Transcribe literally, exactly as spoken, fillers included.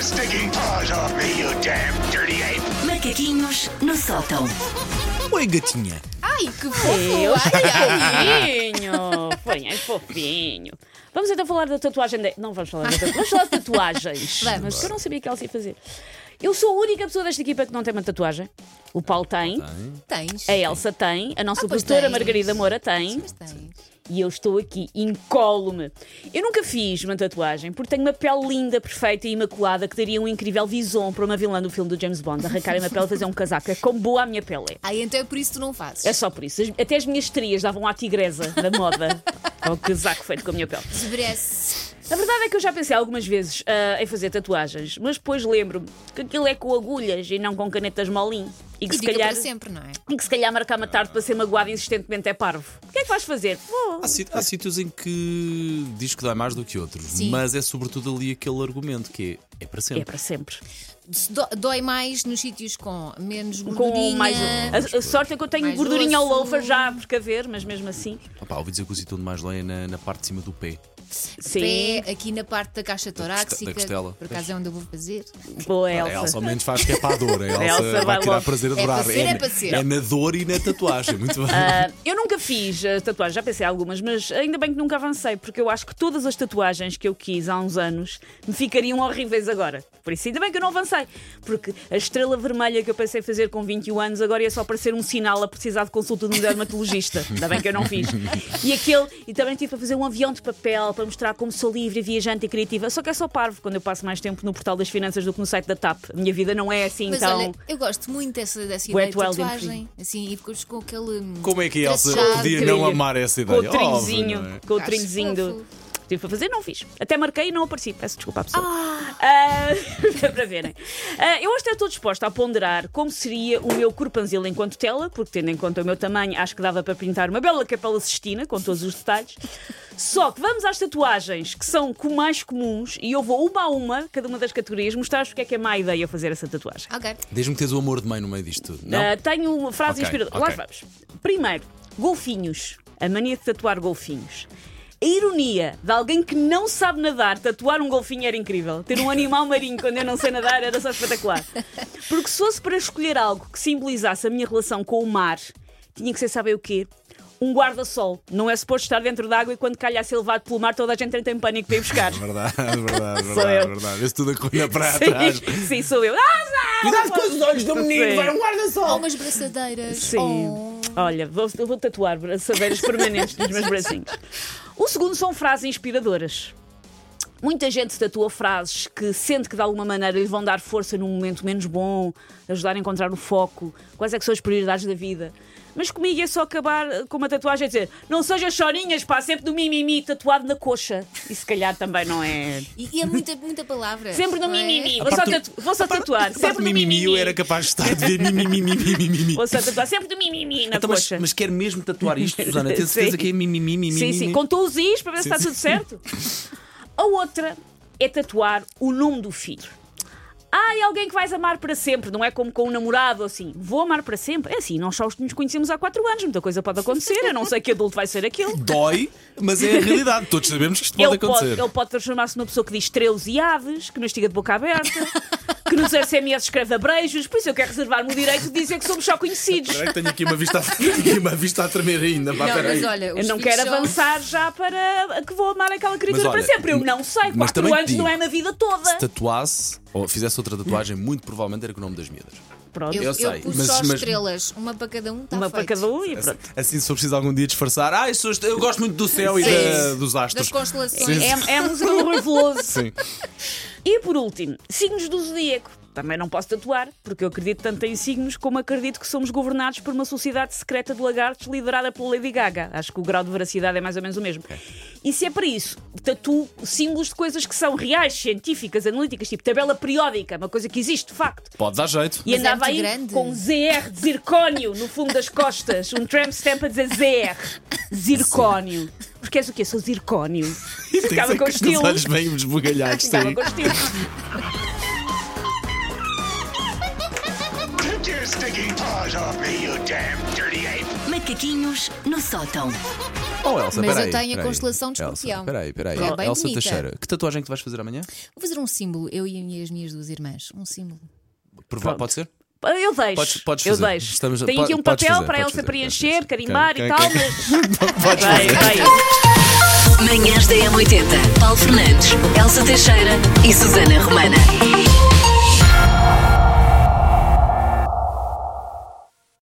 stinking paws off me, you damn dirty ape! Macaquinhos no sótão. Oi, gatinha. Ai, que fofo! Eu Ai, ai. fofinho, foi, é fofinho. Vamos então falar da tatuagem de... Não vamos falar da tatuagem, vamos falar de tatuagens. Vamos. Mas eu não sabia que ela se ia fazer. Eu sou a única pessoa desta equipa que não tem uma tatuagem. O Paulo tem, Tens. a Elsa tem, a nossa Ah, pois produtora tens. Margarida Moura tem. Mas tens. E eu estou aqui, incólume. Eu nunca fiz uma tatuagem porque tenho uma pele linda, perfeita e imaculada que daria um incrível vison para uma vilã do filme do James Bond. Arrancarem a pele e fazer um casaco. É como boa a minha pele é. Ai, então é por isso que tu não fazes. É só por isso. As- Até as minhas estrias davam à tigresa da moda ao casaco feito com a minha pele. Desaparece. A verdade é que eu já pensei algumas vezes ah, em fazer tatuagens, mas depois lembro-me que aquilo é com agulhas e não com canetas molim. E que E se fica calhar. para sempre, não é? E que se calhar marcar uma tarde para ser magoado insistentemente é parvo. O que é que vais fazer? Vou. Há, sit- há sítios em que diz que dói mais do que outros, Sim. mas é sobretudo ali aquele argumento que é, é para É sempre. para sempre. Se do- Dói mais nos sítios com menos gordurinha. Com mais. A, a sorte é que eu tenho mais gordurinha ao osso. loafer já por caber, mas mesmo assim. Opa, ouvi dizer que o sítio onde mais dói é na, na parte de cima do pé. Sim. Pé, aqui na parte da caixa torácica. da costela. Por acaso é onde eu vou fazer. Boa, A Elsa. Elsa ao menos faz que é para a dor. A Elsa, Elsa vai, vai tirar logo. prazer a É adorar. para ser, é na- para ser. é na dor e na tatuagem. Muito bem. Ah, eu nunca fiz uh, tatuagens, já pensei em algumas, mas ainda bem que nunca avancei, porque eu acho que todas as tatuagens que eu quis há uns anos me ficariam horríveis agora. Por isso, ainda bem que eu não avancei, porque a estrela vermelha que eu pensei fazer com vinte e um anos agora ia só parecer um sinal a precisar de consulta de um dermatologista. Ainda bem que eu não fiz. E aquele, e também tive para fazer um avião de papel para mostrar como sou livre, viajante e criativa. Só que é só parvo quando eu passo mais tempo no portal das finanças do que no site da T A P. A minha vida não é assim Mas tão. olha, eu gosto muito dessa, dessa Wet ideia de Welding tatuagem. Assim, e ficas com aquele. hum, Como é que a Elsa tracejado. podia trilho. não amar essa Com ideia? o trilhozinho, Óbvio, não é? com o Acho trilhozinho do. fofo. Tive para fazer, não fiz. Até marquei e não apareci. Peço desculpa à pessoa. Ah, para verem. Ah, eu hoje estou disposta a ponderar como seria o meu corpanzil enquanto tela, porque tendo em conta o meu tamanho, acho que dava para pintar uma bela Capela Sistina, com todos os detalhes. Só que vamos às tatuagens, que são co- mais comuns, e eu vou uma a uma, cada uma das categorias, mostrar-vos porque é que é má ideia fazer essa tatuagem. Ok. Diz-me que tens o amor de mãe no meio disto tudo. Não? Ah, tenho uma frase Ok, inspiradora. ok. Lá vamos. Primeiro, golfinhos. A mania de tatuar golfinhos. A ironia de alguém que não sabe nadar tatuar um golfinho era incrível. Ter um animal marinho quando eu não sei nadar era só espetacular. Porque se fosse para escolher algo que simbolizasse a minha relação com o mar, tinha que ser, sabe o quê? Um guarda-sol. Não é suposto estar dentro d'água e quando calha a ser levado pelo mar toda a gente entra em pânico para ir buscar. Verdade, verdade, Sou verdade, eu. verdade. Vê-se tudo a correr na praia atrás. Sim, sim, sou eu. Ah, Cuidado com os olhos do menino, Sim. vai um Ou guarda-sol. umas braçadeiras. Sim. Oh. Olha, vou, eu vou tatuar braçadeiras permanentes nos meus bracinhos. O segundo são frases inspiradoras. Muita gente tatua frases que sente que de alguma maneira lhe vão dar força num momento menos bom, ajudar a encontrar o foco, quais é que são as prioridades da vida. Mas comigo é só acabar com uma tatuagem a dizer não sejas chorinhas, pá, sempre do mimimi tatuado na coxa. E se calhar também não é... E, e é muita, muita palavra. Sempre no não é? mimimi. A Vou só, parte do- tatu... Vou só tatuar. A parte Sempre do no mimimi mimimi. eu era capaz de estar a ver mimimi, mimimi, mimimi. Vou só tatuar sempre do mimimi na Então, mas, coxa. mas quer mesmo tatuar isto, Susana? Tens Sim. certeza que é mimimi, mimimi? Sim, sim, contou os is para ver se Sim, está sim. tudo certo. A outra é tatuar o nome do filho. Ah, é alguém que vais amar para sempre, não é como com um namorado assim. Vou amar para sempre. É assim, nós só nos conhecemos há quatro anos, muita coisa pode acontecer. Eu não sei que adulto vai ser aquele. Dói, mas é a realidade. Todos sabemos que isto pode Ele pode, acontecer. ele pode transformar-se numa pessoa que diz estrelas e aves, que nos diga de boca aberta, que nos S M S escreve abreijos. Por isso eu quero reservar-me o direito de dizer que somos só conhecidos. Espera aí que tenho aqui uma vista, tenho aqui uma vista a tremer ainda. Pá, Não, espera aí. mas olha, Eu os não filhos quero são- avançar já para que vou amar aquela criatura Mas olha, para sempre. Eu não sei, mas quatro também te anos digo, não é uma vida toda. Se tatuasse ou fizesse outra tatuagem, muito provavelmente era com o nome das miúdas. Pronto. Eu, Eu eu, sei, pus mas- só mas- estrelas, uma para cada um, está Uma feito. para cada um e pronto. Assim, se for preciso algum dia disfarçar, ah, eu, sou- eu gosto muito do céu e Sim. da- dos astros. Das constelações. Sim, sim. É, é a música do Rui Veloso. Sim. E por último, signos do zodíaco. Também não posso tatuar, porque eu acredito tanto em signos como acredito que somos governados por uma sociedade secreta de lagartos liderada pela Lady Gaga. Acho que o grau de veracidade é mais ou menos o mesmo. E se é para isso, tatuo símbolos de coisas que são reais, científicas, analíticas, tipo tabela periódica, uma coisa que existe de facto. Pode dar jeito. E Mas é andava muito aí grande. com Z R de zircónio no fundo das costas, um tramp stamp a dizer Z R, zircónio. Porque és o quê? Sou zircónio. Ficava com os estilo. olhos bem esbugalhados. Ficava sim. com estilo. Take your stinking paws off me, you damn dirty ape! Macaquinhos Macaquinhos no sótão. Oh, Elsa, Mas peraí, eu tenho a peraí. constelação de Escorpião. Elsa, peraí, peraí. É bem Elsa bonita. Teixeira, que tatuagem que tu vais fazer amanhã? Vou fazer um símbolo, eu e as minhas duas irmãs. Um símbolo. Prova- Pode ser? Eu deixo. Podes- podes eu fazer. deixo. Estamos- Tenho po- aqui um podes papel fazer, para a podes Elsa fazer, preencher, podes fazer. carimbar Quem- e quem- tal, quem- mas. Podes Vai, fazer. vai. Manhãs da M oitenta. Paulo Fernandes, Elsa Teixeira e Susana Romana.